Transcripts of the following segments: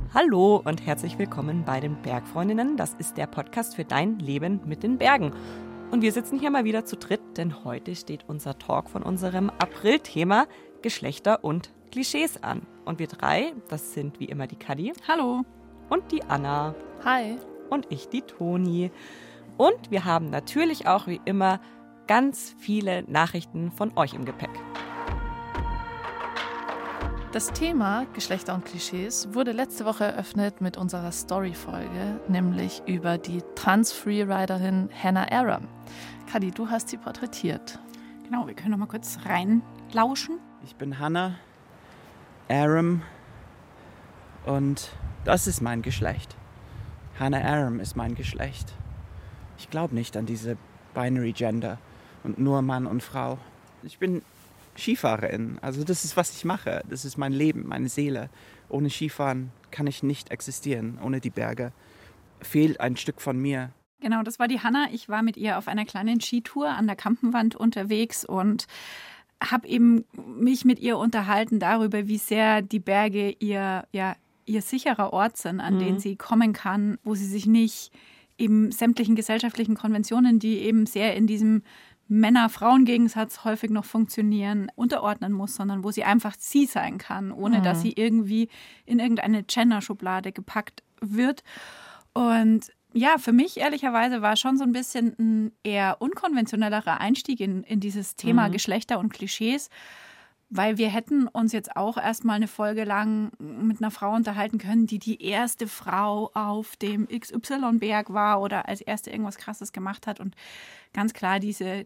Hallo und herzlich willkommen bei den Bergfreundinnen. Das ist der Podcast für dein Leben mit den Bergen. Und wir sitzen hier mal wieder zu dritt, denn heute steht unser Talk von unserem April-Thema Geschlechter und Klischees an. Und wir drei, das sind wie immer die Kadi. Hallo. Und die Anna. Hi. Und ich, die Toni. Und wir haben natürlich auch wie immer ganz viele Nachrichten von euch im Gepäck. Das Thema Geschlechter und Klischees wurde letzte Woche eröffnet mit unserer Story-Folge, nämlich über die Trans-Freeriderin Hannah Aram. Kadi, du hast sie porträtiert. Genau, wir können noch mal kurz reinlauschen. Ich bin Hannah Aram und das ist mein Geschlecht. Hannah Aram ist mein Geschlecht. Ich glaube nicht an diese Binary Gender und nur Mann und Frau. Ich bin Skifahrerin, also das ist, was ich mache. Das ist mein Leben, meine Seele. Ohne Skifahren kann ich nicht existieren. Ohne die Berge fehlt ein Stück von mir. Genau, das war die Hannah. Ich war mit ihr auf einer kleinen Skitour an der Kampenwand unterwegs und habe eben mich mit ihr unterhalten darüber, wie sehr die Berge ihr sicherer Ort sind, an den sie kommen kann, wo sie sich nicht eben sämtlichen gesellschaftlichen Konventionen, die eben sehr in diesem Männer-Frauen-Gegensatz häufig noch funktionieren, unterordnen muss, sondern wo sie einfach sie sein kann, ohne dass sie irgendwie in irgendeine Gender-Schublade gepackt wird. Und ja, für mich ehrlicherweise war schon so ein bisschen ein eher unkonventionellerer Einstieg in dieses Thema Geschlechter und Klischees, weil wir hätten uns jetzt auch erstmal eine Folge lang mit einer Frau unterhalten können, die erste Frau auf dem XY-Berg war oder als erste irgendwas Krasses gemacht hat und ganz klar diese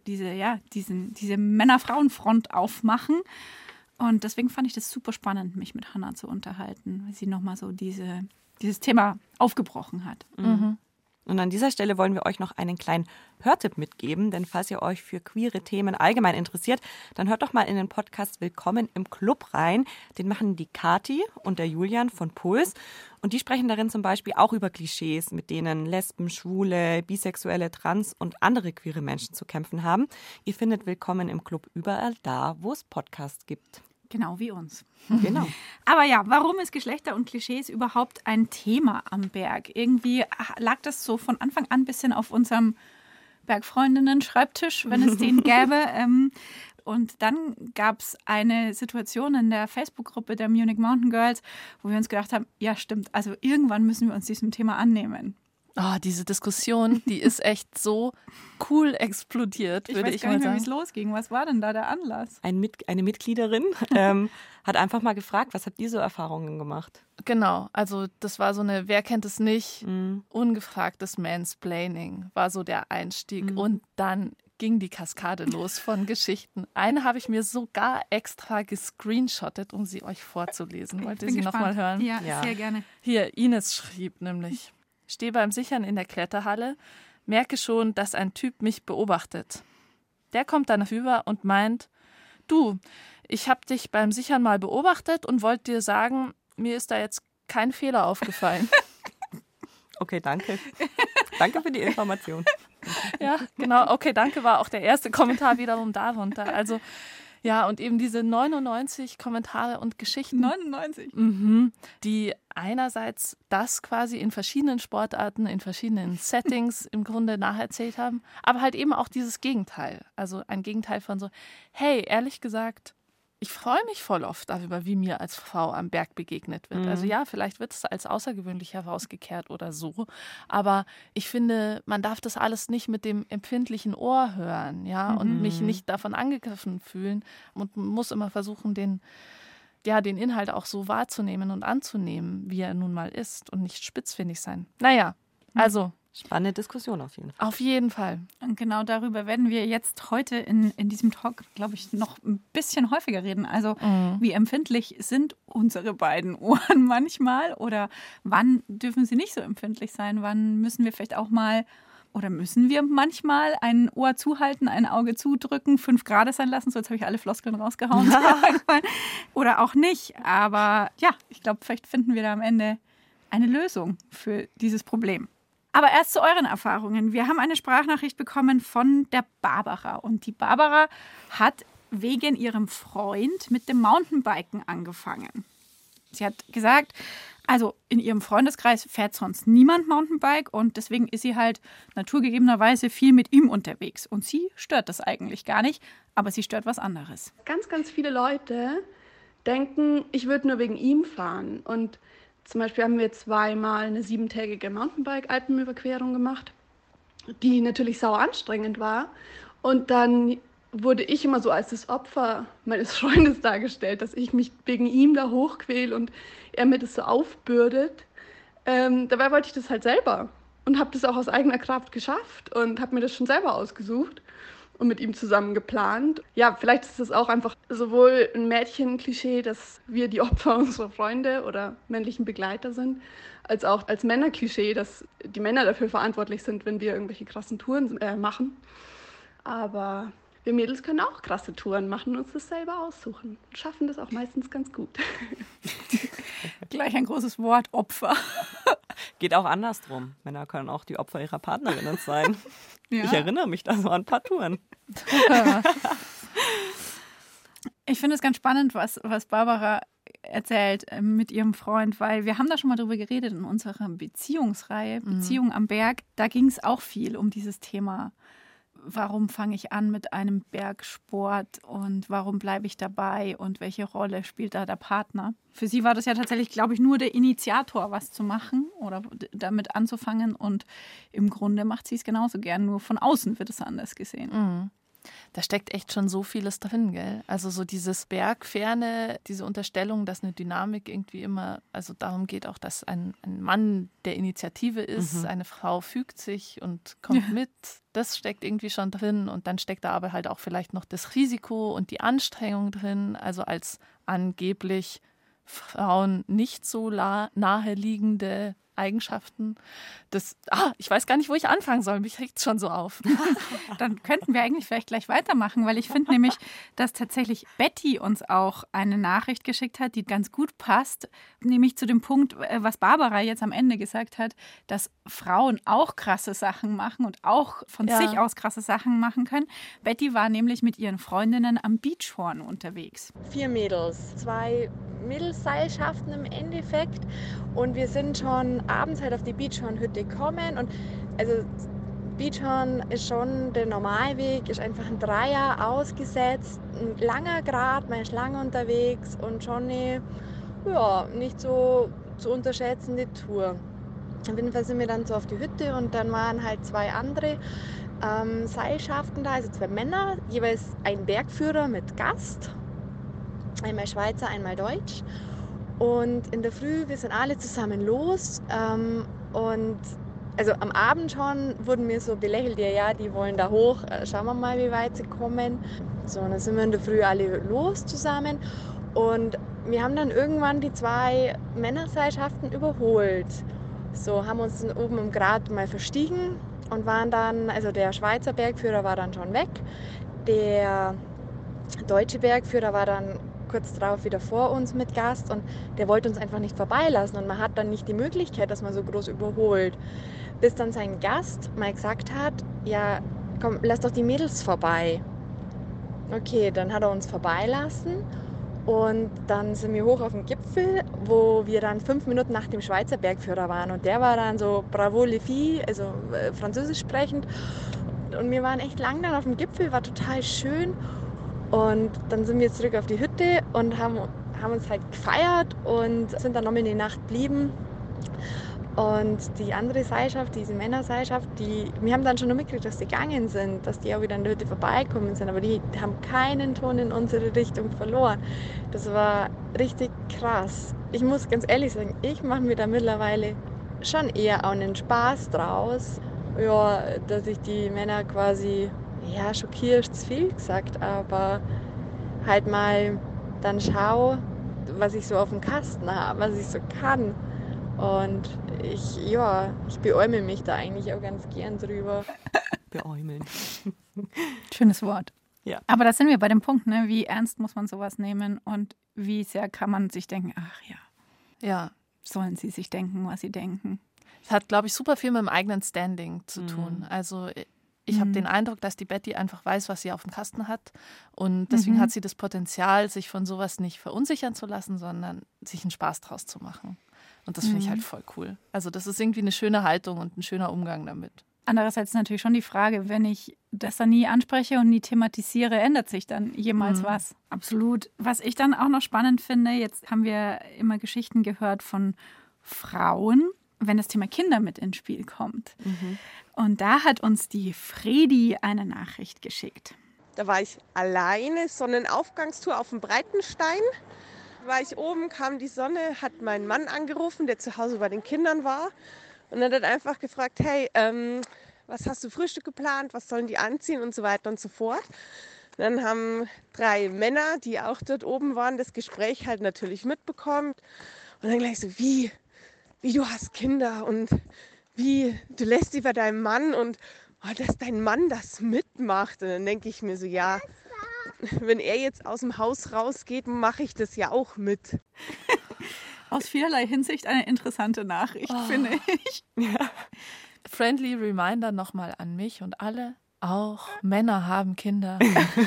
Männer-Frauen-Front aufmachen. Und deswegen fand ich das super spannend, mich mit Hannah zu unterhalten, weil sie nochmal so dieses Thema aufgebrochen hat. Mhm. Und an dieser Stelle wollen wir euch noch einen kleinen Hörtipp mitgeben, denn falls ihr euch für queere Themen allgemein interessiert, dann hört doch mal in den Podcast Willkommen im Club rein. Den machen die Kati und der Julian von Puls und die sprechen darin zum Beispiel auch über Klischees, mit denen Lesben, Schwule, Bisexuelle, Trans und andere queere Menschen zu kämpfen haben. Ihr findet Willkommen im Club überall da, wo es Podcasts gibt. Genau wie uns. Genau. Aber ja, warum ist Geschlechter und Klischees überhaupt ein Thema am Berg? Irgendwie lag das so von Anfang an ein bisschen auf unserem Bergfreundinnen-Schreibtisch, wenn es den gäbe. Und dann gab es eine Situation in der Facebook-Gruppe der Munich Mountain Girls, wo wir uns gedacht haben, ja stimmt, also irgendwann müssen wir uns diesem Thema annehmen. Oh, diese Diskussion, die ist echt so cool explodiert, würde ich mal sagen. Ich weiß gar nicht mehr, wie es losging. Was war denn da der Anlass? Eine Mitgliederin hat einfach mal gefragt, was habt ihr so Erfahrungen gemacht? Genau, also das war so eine, wer kennt es nicht, ungefragtes Mansplaining war so der Einstieg. Und dann ging die Kaskade los von Geschichten. Eine habe ich mir sogar extra gescreenshottet, um sie euch vorzulesen. Wollt ihr sie nochmal hören? Ja, sehr gerne. Hier, Ines schrieb nämlich: Stehe beim Sichern in der Kletterhalle, merke schon, dass ein Typ mich beobachtet. Der kommt dann rüber und meint: Du, ich habe dich beim Sichern mal beobachtet und wollte dir sagen, mir ist da jetzt kein Fehler aufgefallen. Okay, danke. Danke für die Information. Ja, genau. Okay, danke war auch der erste Kommentar wiederum darunter. Also ja, und eben diese 99 Kommentare und Geschichten. 99? Die einerseits das quasi in verschiedenen Sportarten, in verschiedenen Settings im Grunde nacherzählt haben, aber halt eben auch dieses Gegenteil. Also ein Gegenteil von so, hey, ehrlich gesagt, ich freue mich voll oft darüber, wie mir als Frau am Berg begegnet wird. Also ja, vielleicht wird es als außergewöhnlich herausgekehrt oder so, aber ich finde, man darf das alles nicht mit dem empfindlichen Ohr hören, ja, und mich nicht davon angegriffen fühlen und muss immer versuchen, den Inhalt auch so wahrzunehmen und anzunehmen, wie er nun mal ist und nicht spitzfindig sein. Naja, also spannende Diskussion auf jeden Fall. Auf jeden Fall. Und genau darüber werden wir jetzt heute in diesem Talk, glaube ich, noch ein bisschen häufiger reden. Also wie empfindlich sind unsere beiden Ohren manchmal oder wann dürfen sie nicht so empfindlich sein? Wann müssen wir vielleicht auch mal oder müssen wir manchmal ein Ohr zuhalten, ein Auge zudrücken, 5 Grad sein lassen? So, jetzt habe ich alle Floskeln rausgehauen. Oder auch nicht. Aber ja, ich glaube, vielleicht finden wir da am Ende eine Lösung für dieses Problem. Aber erst zu euren Erfahrungen. Wir haben eine Sprachnachricht bekommen von der Barbara. Und die Barbara hat wegen ihrem Freund mit dem Mountainbiken angefangen. Sie hat gesagt, Also in ihrem Freundeskreis fährt sonst niemand Mountainbike und deswegen ist sie halt naturgegebenerweise viel mit ihm unterwegs. Und sie stört das eigentlich gar nicht, aber sie stört was anderes. Ganz, ganz viele Leute denken, ich würde nur wegen ihm fahren. Und zum Beispiel haben wir 2-mal eine 7-tägige Mountainbike-Alpenüberquerung gemacht, die natürlich sau anstrengend war. Und dann wurde ich immer so als das Opfer meines Freundes dargestellt, dass ich mich wegen ihm da hochquäle und er mir das so aufbürdet. Dabei wollte ich das halt selber und habe das auch aus eigener Kraft geschafft und habe mir das schon selber ausgesucht und mit ihm zusammen geplant. Ja, vielleicht ist das auch einfach sowohl ein Mädchen-Klischee, dass wir die Opfer unserer Freunde oder männlichen Begleiter sind, als auch als Männer-Klischee, dass die Männer dafür verantwortlich sind, wenn wir irgendwelche krassen Touren machen. Aber wir Mädels können auch krasse Touren machen und uns das selber aussuchen. Und schaffen das auch meistens ganz gut. Gleich ein großes Wort, Opfer. Geht auch andersrum. Männer können auch die Opfer ihrer Partnerinnen sein. Ja. Ich erinnere mich da so an ein paar Touren. Ich finde es ganz spannend, was Barbara erzählt mit ihrem Freund, weil wir haben da schon mal drüber geredet in unserer Beziehungsreihe, Beziehung am Berg. Da ging es auch viel um dieses Thema. Warum fange ich an mit einem Bergsport und warum bleibe ich dabei und welche Rolle spielt da der Partner? Für sie war das ja tatsächlich, glaube ich, nur der Initiator, was zu machen oder damit anzufangen und im Grunde macht sie es genauso gern, nur von außen wird es anders gesehen. Mhm. Da steckt echt schon so vieles drin, gell? Also so dieses Bergferne, diese Unterstellung, dass eine Dynamik irgendwie immer, also darum geht auch, dass ein Mann der Initiative ist, eine Frau fügt sich und kommt mit. Das steckt irgendwie schon drin und dann steckt da aber halt auch vielleicht noch das Risiko und die Anstrengung drin, also als angeblich Frauen nicht so naheliegende Eigenschaften. Ich weiß gar nicht, wo ich anfangen soll. Mich regt es schon so auf. Dann könnten wir eigentlich vielleicht gleich weitermachen, weil ich finde nämlich, dass tatsächlich Betty uns auch eine Nachricht geschickt hat, die ganz gut passt, nämlich zu dem Punkt, was Barbara jetzt am Ende gesagt hat, dass Frauen auch krasse Sachen machen und auch von sich aus krasse Sachen machen können. Betty war nämlich mit ihren Freundinnen am Beachhorn unterwegs. 4 Mädels, 2 Mädelsseilschaften im Endeffekt und wir sind schon abends halt auf die Beachhorn-Hütte gekommen und also Beachhorn ist schon der Normalweg, ist einfach ein Dreier ausgesetzt, ein langer Grat, man ist lange unterwegs und schon eine nicht so zu unterschätzende Tour. Auf jeden Fall sind wir dann so auf die Hütte und dann waren halt 2 andere Seilschaften da, also 2 Männer, jeweils ein Bergführer mit Gast. Einmal Schweizer, einmal Deutsch. Und in der Früh, wir sind alle zusammen los. Und also am Abend schon wurden wir so belächelt, ja, die wollen da hoch, schauen wir mal, wie weit sie kommen. So, und dann sind wir in der Früh alle los zusammen. Und wir haben dann irgendwann die 2 Männerseilschaften überholt. So, haben uns dann oben im Grat mal verstiegen und waren dann, also der Schweizer Bergführer war dann schon weg. Der deutsche Bergführer war dann kurz darauf wieder vor uns mit Gast und der wollte uns einfach nicht vorbeilassen und man hat dann nicht die Möglichkeit, dass man so groß überholt. Bis dann sein Gast mal gesagt hat, ja, komm, lass doch die Mädels vorbei. Okay, dann hat er uns vorbeilassen und dann sind wir hoch auf den Gipfel, wo wir dann 5 Minuten nach dem Schweizer Bergführer waren und der war dann so bravo les filles, also französisch sprechend und wir waren echt lang dann auf dem Gipfel, war total schön. Und dann sind wir zurück auf die Hütte und haben uns halt gefeiert und sind dann noch in die Nacht geblieben. Und die andere Seilschaft, diese Männerseilschaft, wir haben dann schon noch mitgekriegt, dass die gegangen sind, dass die auch wieder an der Hütte vorbeikommen sind. Aber die haben keinen Ton in unsere Richtung verloren. Das war richtig krass. Ich muss ganz ehrlich sagen, ich mache mir da mittlerweile schon eher auch einen Spaß draus. Ja, dass ich die Männer quasi... Ja, schockiert ist zu viel gesagt, aber halt mal dann schau, was ich so auf dem Kasten habe, was ich so kann. Und ich beäumel mich da eigentlich auch ganz gern drüber. Beäumeln. Schönes Wort. Ja. Aber da sind wir bei dem Punkt, ne? Wie ernst muss man sowas nehmen und wie sehr kann man sich denken, ach ja, Ja. sollen sie sich denken, was sie denken. Es hat, glaube ich, super viel mit dem eigenen Standing zu tun. Also ich habe den Eindruck, dass die Betty einfach weiß, was sie auf dem Kasten hat. Und deswegen hat sie das Potenzial, sich von sowas nicht verunsichern zu lassen, sondern sich einen Spaß draus zu machen. Und das finde ich halt voll cool. Also das ist irgendwie eine schöne Haltung und ein schöner Umgang damit. Andererseits ist natürlich schon die Frage, wenn ich das dann nie anspreche und nie thematisiere, ändert sich dann jemals was? Absolut. Was ich dann auch noch spannend finde, jetzt haben wir immer Geschichten gehört von Frauen, wenn das Thema Kinder mit ins Spiel kommt. Und da hat uns die Fredi eine Nachricht geschickt. Da war ich alleine, Sonnenaufgangstour auf dem Breitenstein. War ich oben, kam die Sonne, hat meinen Mann angerufen, der zu Hause bei den Kindern war. Und dann hat er einfach gefragt, hey, was hast du Frühstück geplant, was sollen die anziehen und so weiter und so fort. Dann haben 3 Männer, die auch dort oben waren, das Gespräch halt natürlich mitbekommen. Und dann gleich so, wie du hast Kinder und wie, du lässt sie bei deinem Mann und dass dein Mann das mitmacht. Und dann denke ich mir so, ja, wenn er jetzt aus dem Haus rausgeht, mache ich das ja auch mit. Aus vielerlei Hinsicht eine interessante Nachricht, finde ich. Ja. Friendly Reminder nochmal an mich und alle, auch Männer haben Kinder.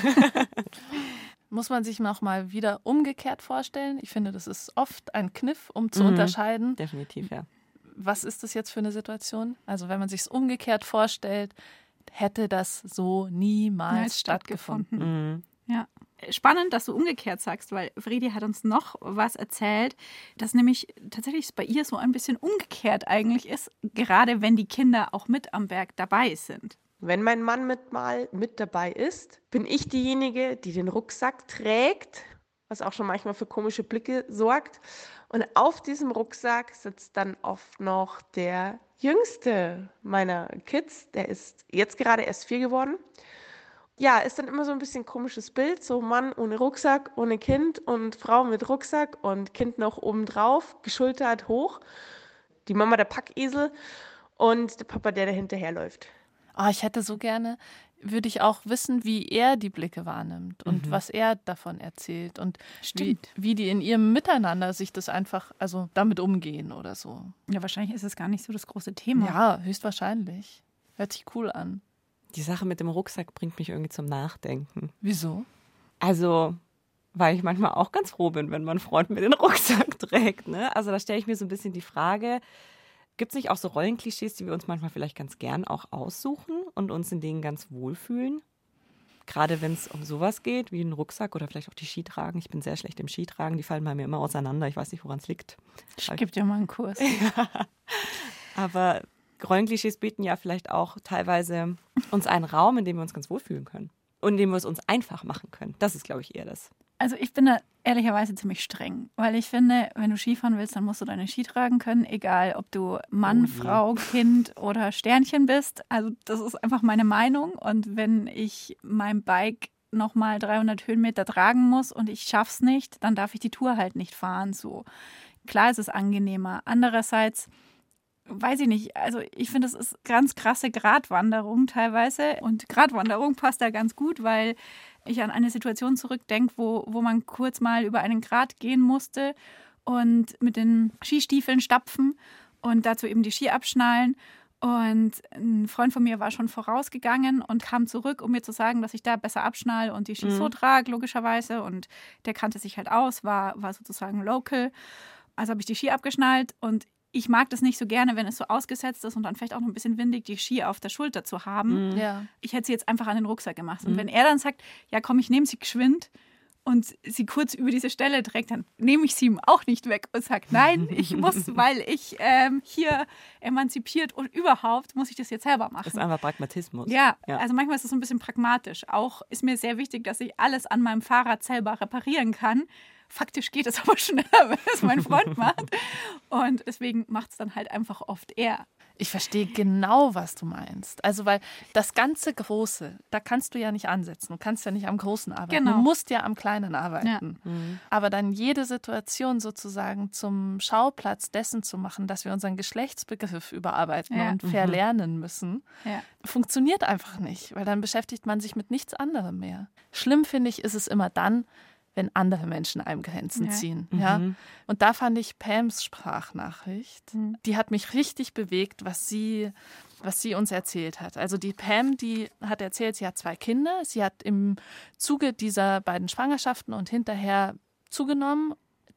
Muss man sich nochmal wieder umgekehrt vorstellen. Ich finde, das ist oft ein Kniff, um zu unterscheiden. Definitiv, ja. Was ist das jetzt für eine Situation? Also wenn man sich es umgekehrt vorstellt, hätte das so niemals stattgefunden. Ja. Spannend, dass du umgekehrt sagst, weil Fredi hat uns noch was erzählt, dass nämlich tatsächlich bei ihr so ein bisschen umgekehrt eigentlich ist, gerade wenn die Kinder auch mit am Berg dabei sind. Wenn mein Mann mal mit dabei ist, bin ich diejenige, die den Rucksack trägt, was auch schon manchmal für komische Blicke sorgt. Und auf diesem Rucksack sitzt dann oft noch der Jüngste meiner Kids, der ist jetzt gerade erst 4 geworden. Ja, ist dann immer so ein bisschen komisches Bild, so Mann ohne Rucksack, ohne Kind und Frau mit Rucksack und Kind noch obendrauf, geschultert hoch. Die Mama der Packesel und der Papa, der hinterherläuft. Oh, ich hätte so gerne, würde ich auch wissen, wie er die Blicke wahrnimmt und was er davon erzählt und wie die in ihrem Miteinander sich das einfach, also damit umgehen oder so. Ja, wahrscheinlich ist es gar nicht so das große Thema. Ja, höchstwahrscheinlich. Hört sich cool an. Die Sache mit dem Rucksack bringt mich irgendwie zum Nachdenken. Wieso? Also, weil ich manchmal auch ganz froh bin, wenn mein Freund mir den Rucksack trägt. Ne? Also da stelle ich mir so ein bisschen die Frage, gibt es nicht auch so Rollenklischees, die wir uns manchmal vielleicht ganz gern auch aussuchen und uns in denen ganz wohlfühlen? Gerade wenn es um sowas geht, wie einen Rucksack oder vielleicht auch die Skitragen. Ich bin sehr schlecht im Skitragen, die fallen bei mir immer auseinander. Ich weiß nicht, woran es liegt. Ich gebe dir mal einen Kurs. Ja. Aber Rollenklischees bieten ja vielleicht auch teilweise uns einen Raum, in dem wir uns ganz wohlfühlen können. Und in dem wir es uns einfach machen können. Das ist, glaube ich, eher das. Also ich bin da ehrlicherweise ziemlich streng, weil ich finde, wenn du Skifahren willst, dann musst du deine Ski tragen können, egal ob du Mann, Frau, Kind oder Sternchen bist. Also das ist einfach meine Meinung. Und wenn ich mein Bike nochmal 300 Höhenmeter tragen muss und ich schaff's nicht, dann darf ich die Tour halt nicht fahren. So. Klar ist es angenehmer. Andererseits weiß ich nicht, also ich finde, das ist ganz krasse Gratwanderung teilweise und Gratwanderung passt da ganz gut, weil ich an eine Situation zurückdenke, wo man kurz mal über einen Grat gehen musste und mit den Skistiefeln stapfen und dazu eben die Ski abschnallen. Und ein Freund von mir war schon vorausgegangen und kam zurück, um mir zu sagen, dass ich da besser abschnall und die Ski so trage, logischerweise. Und der kannte sich halt aus, war sozusagen local. Also habe ich die Ski abgeschnallt und ich mag das nicht so gerne, wenn es so ausgesetzt ist und dann vielleicht auch noch ein bisschen windig, die Ski auf der Schulter zu haben. Ja. Ich hätte sie jetzt einfach an den Rucksack gemacht. Und wenn er dann sagt, ja komm, ich nehme sie geschwind und sie kurz über diese Stelle trägt, dann nehme ich sie ihm auch nicht weg und sage, nein, ich muss, weil ich hier emanzipiert und überhaupt muss ich das jetzt selber machen. Das ist einfach Pragmatismus. Ja, also manchmal ist es so ein bisschen pragmatisch. Auch ist mir sehr wichtig, dass ich alles an meinem Fahrrad selber reparieren kann. Faktisch geht es aber schneller, wenn es mein Freund macht. Und deswegen macht es dann halt einfach oft er. Ich verstehe genau, was du meinst. Also, weil das ganze Große, da kannst du ja nicht ansetzen. Du kannst ja nicht am Großen arbeiten. Genau. Du musst ja am Kleinen arbeiten. Ja. Aber dann jede Situation sozusagen zum Schauplatz dessen zu machen, dass wir unseren Geschlechtsbegriff überarbeiten und verlernen müssen, funktioniert einfach nicht. Weil dann beschäftigt man sich mit nichts anderem mehr. Schlimm, finde ich, ist es immer dann, wenn andere Menschen einem Grenzen ziehen. Ja? Und da fand ich Pams Sprachnachricht, die hat mich richtig bewegt, was sie uns erzählt hat. Also die Pam, die hat erzählt, sie hat 2 Kinder. Sie hat im Zuge dieser beiden Schwangerschaften und hinterher zugenommen.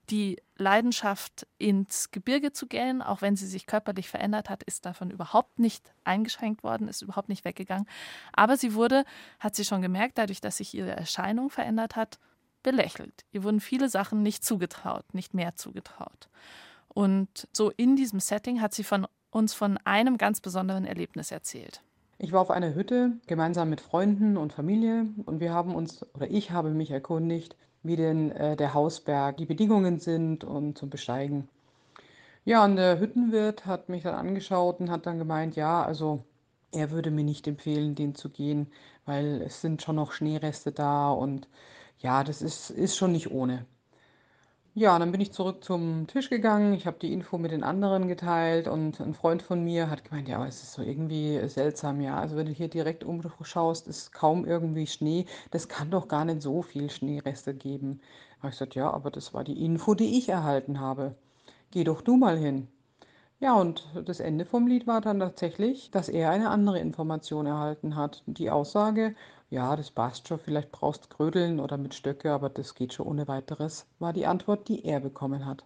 Die Leidenschaft, ins Gebirge zu gehen, auch wenn sie sich körperlich verändert hat, ist davon überhaupt nicht eingeschränkt worden, ist überhaupt nicht weggegangen. Aber sie hat sie schon gemerkt, dadurch, dass sich ihre Erscheinung verändert hat, belächelt. Ihr wurden viele Sachen nicht zugetraut, nicht mehr zugetraut. Und so in diesem Setting hat sie uns von einem ganz besonderen Erlebnis erzählt. Ich war auf einer Hütte gemeinsam mit Freunden und Familie und ich habe mich erkundigt, wie denn der Hausberg, die Bedingungen sind und zum Besteigen. Ja, und der Hüttenwirt hat mich dann angeschaut und hat dann gemeint, ja, also er würde mir nicht empfehlen, den zu gehen, weil es sind schon noch Schneereste da und ja, das ist schon nicht ohne. Ja, dann bin ich zurück zum Tisch gegangen. Ich habe die Info mit den anderen geteilt und ein Freund von mir hat gemeint, ja, aber es ist so irgendwie seltsam, ja. Also wenn du hier direkt umschaust, ist kaum irgendwie Schnee. Das kann doch gar nicht so viel Schneereste geben. Da habe ich gesagt, ja, aber das war die Info, die ich erhalten habe. Geh doch du mal hin. Ja, und das Ende vom Lied war dann tatsächlich, dass er eine andere Information erhalten hat. Die Aussage, ja, das passt schon, vielleicht brauchst du Grödeln oder mit Stöcke, aber das geht schon ohne weiteres, war die Antwort, die er bekommen hat.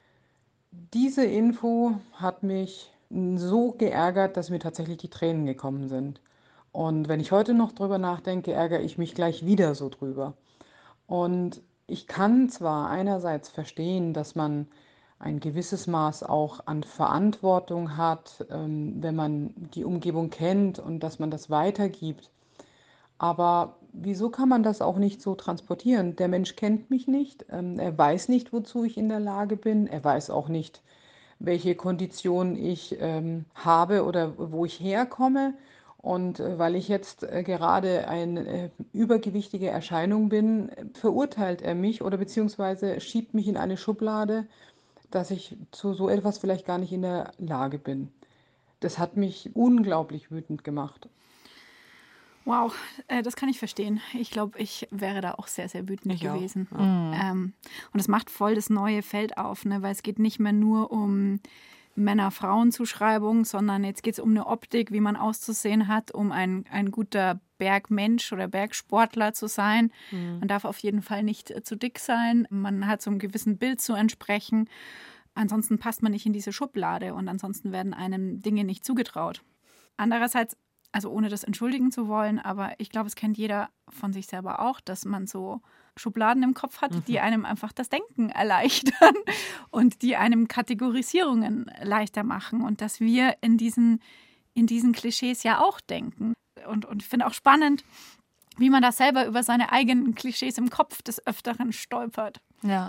Diese Info hat mich so geärgert, dass mir tatsächlich die Tränen gekommen sind. Und wenn ich heute noch drüber nachdenke, ärgere ich mich gleich wieder so drüber. Und ich kann zwar einerseits verstehen, dass man ein gewisses Maß auch an Verantwortung hat, wenn man die Umgebung kennt und dass man das weitergibt. Aber wieso kann man das auch nicht so transportieren? Der Mensch kennt mich nicht, er weiß nicht, wozu ich in der Lage bin, er weiß auch nicht, welche Konditionen ich habe oder wo ich herkomme. Und weil ich jetzt gerade eine übergewichtige Erscheinung bin, verurteilt er mich oder beziehungsweise schiebt mich in eine Schublade, dass ich zu so etwas vielleicht gar nicht in der Lage bin. Das hat mich unglaublich wütend gemacht. Wow, das kann ich verstehen. Ich glaube, ich wäre da auch sehr, sehr wütend gewesen. Ja. Und es macht voll das neue Feld auf, ne? Weil es geht nicht mehr nur um Männer-Frauen-Zuschreibung, sondern jetzt geht es um eine Optik, wie man auszusehen hat, um ein guter Bergmensch oder Bergsportler zu sein. Man darf auf jeden Fall nicht zu dick sein. Man hat so einem gewissen Bild zu entsprechen. Ansonsten passt man nicht in diese Schublade und ansonsten werden einem Dinge nicht zugetraut. Andererseits, also ohne das entschuldigen zu wollen, aber ich glaube, es kennt jeder von sich selber auch, dass man so Schubladen im Kopf hat, die einem einfach das Denken erleichtern und die einem Kategorisierungen leichter machen und dass wir in diesen Klischees ja auch denken. Und ich finde auch spannend, wie man da selber über seine eigenen Klischees im Kopf des Öfteren stolpert. Ja.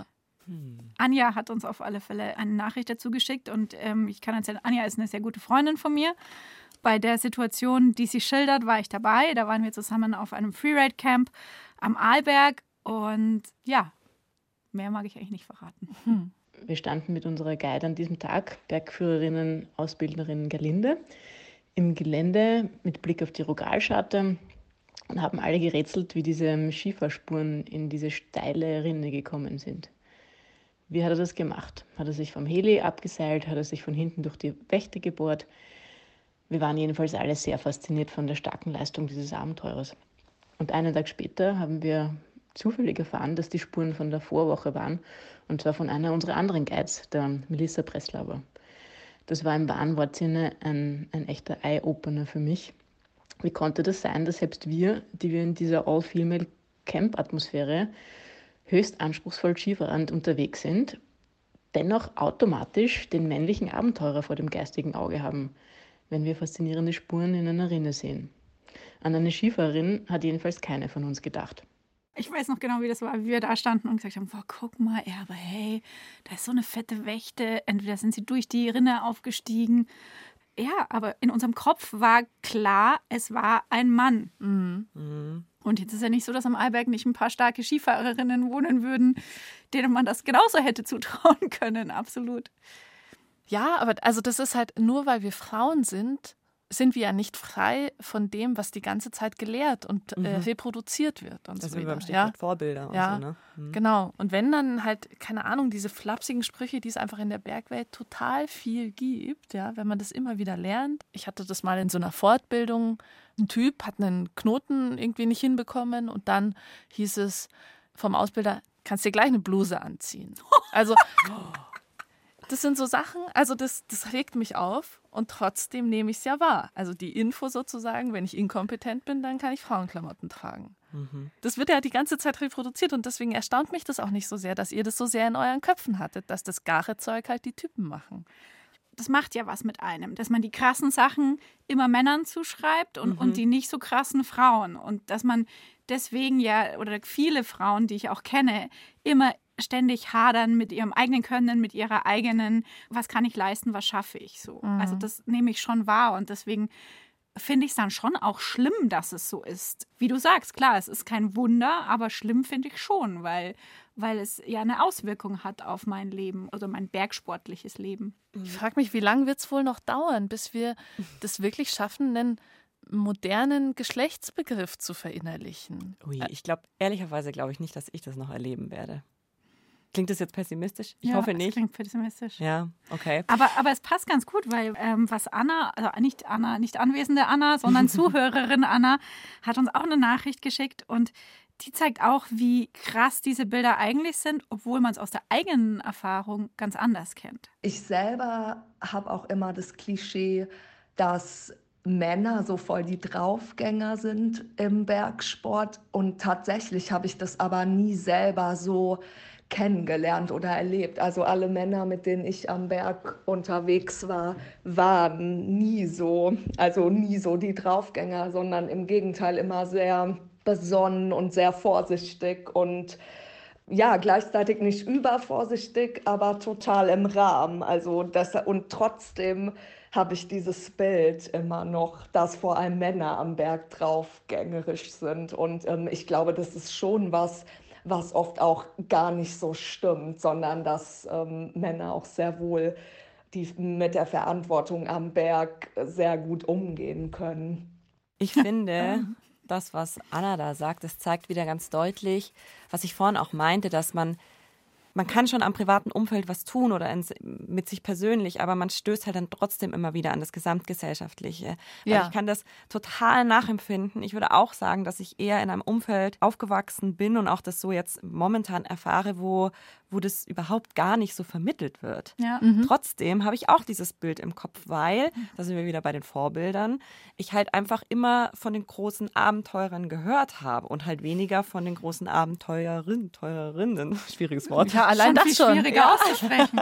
Anja hat uns auf alle Fälle eine Nachricht dazu geschickt und ich kann erzählen, Anja ist eine sehr gute Freundin von mir. Bei der Situation, die sie schildert, war ich dabei. Da waren wir zusammen auf einem Freeride-Camp am Arlberg und ja, mehr mag ich eigentlich nicht verraten. Wir standen mit unserer Guide an diesem Tag, Bergführerinnen, Ausbildnerin Gerlinde, im Gelände mit Blick auf die Rogalscharte und haben alle gerätselt, wie diese Skifahrspuren in diese steile Rinne gekommen sind. Wie hat er das gemacht? Hat er sich vom Heli abgeseilt? Hat er sich von hinten durch die Wächte gebohrt? Wir waren jedenfalls alle sehr fasziniert von der starken Leistung dieses Abenteurers. Und einen Tag später haben wir zufällig erfahren, dass die Spuren von der Vorwoche waren, und zwar von einer unserer anderen Guides, der Melissa Breslauer. Das war im wahren Wortsinne ein echter Eye-Opener für mich. Wie konnte das sein, dass selbst wir, die wir in dieser All-Female-Camp-Atmosphäre höchst anspruchsvoll skifahrend unterwegs sind, dennoch automatisch den männlichen Abenteurer vor dem geistigen Auge haben, wenn wir faszinierende Spuren in einer Rinne sehen. An eine Skifahrerin hat jedenfalls keine von uns gedacht. Ich weiß noch genau, wie das war, wie wir da standen und gesagt haben, boah, guck mal, ja, aber hey, da ist so eine fette Wächte. Entweder sind sie durch die Rinne aufgestiegen. Ja, aber in unserem Kopf war klar, es war ein Mann. Und jetzt ist ja nicht so, dass am Arlberg nicht ein paar starke Skifahrerinnen wohnen würden, denen man das genauso hätte zutrauen können, absolut. Ja, aber also das ist halt, nur weil wir Frauen sind wir ja nicht frei von dem, was die ganze Zeit gelehrt und reproduziert wird. Und das so ist beim wieder. Stichwort Vorbilder. Ja, und so, ne? Genau. Und wenn dann halt, keine Ahnung, diese flapsigen Sprüche, die es einfach in der Bergwelt total viel gibt, ja, wenn man das immer wieder lernt. Ich hatte das mal in so einer Fortbildung. Ein Typ hat einen Knoten irgendwie nicht hinbekommen und dann hieß es vom Ausbilder, kannst dir gleich eine Bluse anziehen. Also das sind so Sachen, also das regt mich auf und trotzdem nehme ich es ja wahr. Also die Info sozusagen, wenn ich inkompetent bin, dann kann ich Frauenklamotten tragen. Das wird ja die ganze Zeit reproduziert und deswegen erstaunt mich das auch nicht so sehr, dass ihr das so sehr in euren Köpfen hattet, dass das Gare-Zeug halt die Typen machen. Das macht ja was mit einem, dass man die krassen Sachen immer Männern zuschreibt und die nicht so krassen Frauen. Und dass man deswegen ja, oder viele Frauen, die ich auch kenne, immer ständig hadern mit ihrem eigenen Können, mit ihrer eigenen, was kann ich leisten, was schaffe ich so. Also das nehme ich schon wahr und deswegen finde ich es dann schon auch schlimm, dass es so ist. Wie du sagst, klar, es ist kein Wunder, aber schlimm finde ich schon, weil es ja eine Auswirkung hat auf mein Leben, also mein bergsportliches Leben. Ich frage mich, wie lange wird es wohl noch dauern, bis wir das wirklich schaffen, einen modernen Geschlechtsbegriff zu verinnerlichen? Ui, ehrlicherweise glaube ich nicht, dass ich das noch erleben werde. Klingt das jetzt pessimistisch? Ich hoffe nicht. Klingt pessimistisch. Ja, okay. Aber es passt ganz gut, weil was Anna, also nicht anwesende Anna, sondern Zuhörerin Anna, hat uns auch eine Nachricht geschickt und die zeigt auch, wie krass diese Bilder eigentlich sind, obwohl man es aus der eigenen Erfahrung ganz anders kennt. Ich selber habe auch immer das Klischee, dass Männer so voll die Draufgänger sind im Bergsport und tatsächlich habe ich das aber nie selber so kennengelernt oder erlebt. Also alle Männer, mit denen ich am Berg unterwegs war, waren nie so die Draufgänger, sondern im Gegenteil immer sehr besonnen und sehr vorsichtig und ja, gleichzeitig nicht übervorsichtig, aber total im Rahmen. Und trotzdem habe ich dieses Bild immer noch, dass vor allem Männer am Berg draufgängerisch sind. Und ich glaube, das ist schon was oft auch gar nicht so stimmt, sondern dass Männer auch sehr wohl die mit der Verantwortung am Berg sehr gut umgehen können. Ich finde, das, was Anna da sagt, das zeigt wieder ganz deutlich, was ich vorhin auch meinte, dass man kann schon am privaten Umfeld was tun oder mit sich persönlich, aber man stößt halt dann trotzdem immer wieder an das Gesamtgesellschaftliche. Ja. Also ich kann das total nachempfinden. Ich würde auch sagen, dass ich eher in einem Umfeld aufgewachsen bin und auch das so jetzt momentan erfahre, wo das überhaupt gar nicht so vermittelt wird. Ja. Trotzdem habe ich auch dieses Bild im Kopf, weil, da sind wir wieder bei den Vorbildern, ich halt einfach immer von den großen Abenteurern gehört habe und halt weniger von den großen Teurerinnen, schwieriges Wort. Ja, allein das schon. Schwieriger auszusprechen.